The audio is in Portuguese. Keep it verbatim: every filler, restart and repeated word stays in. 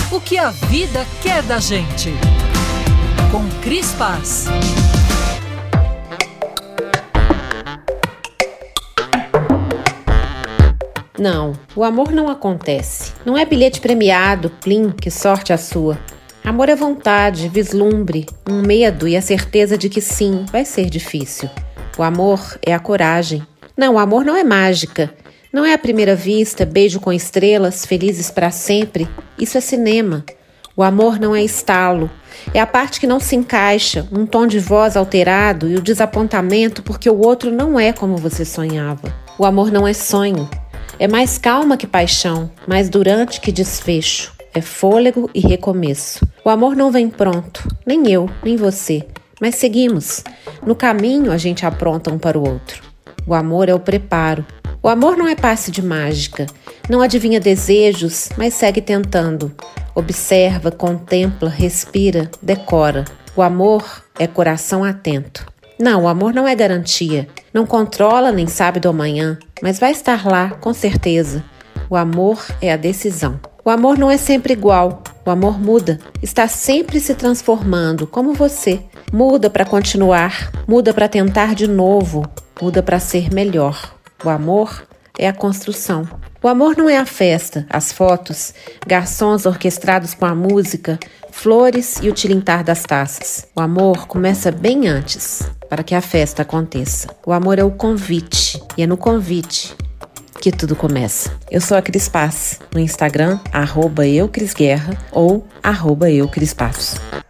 O que a vida quer da gente. Com Cris Paz. Não, o amor não acontece. Não é bilhete premiado, plim, que sorte a sua. Amor é vontade, vislumbre, um medo e a certeza de que sim, vai ser difícil. O amor é a coragem. Não, o amor não é mágica. Não é à primeira vista, beijo com estrelas, felizes para sempre. Isso é cinema. O amor não é estalo. É a parte que não se encaixa, um tom de voz alterado e o desapontamento porque o outro não é como você sonhava. O amor não é sonho. É mais calma que paixão, mais durante que desfecho. É fôlego e recomeço. O amor não vem pronto, nem eu, nem você. Mas seguimos. No caminho a gente apronta um para o outro. O amor é o preparo. O amor não é passe de mágica. Não adivinha desejos, mas segue tentando. Observa, contempla, respira, decora. O amor é coração atento. Não, o amor não é garantia. Não controla nem sabe do amanhã, mas vai estar lá, com certeza. O amor é a decisão. O amor não é sempre igual. O amor muda. Está sempre se transformando, como você. Muda para continuar, muda para tentar de novo, muda para ser melhor. O amor é a construção. O amor não é a festa, as fotos, garçons orquestrados com a música, flores e o tilintar das taças. O amor começa bem antes, para que a festa aconteça. O amor é o convite, e é no convite que tudo começa. Eu sou a Cris Paz, no Instagram, arroba eu Cris Guerra ou arroba eu Cris Paz.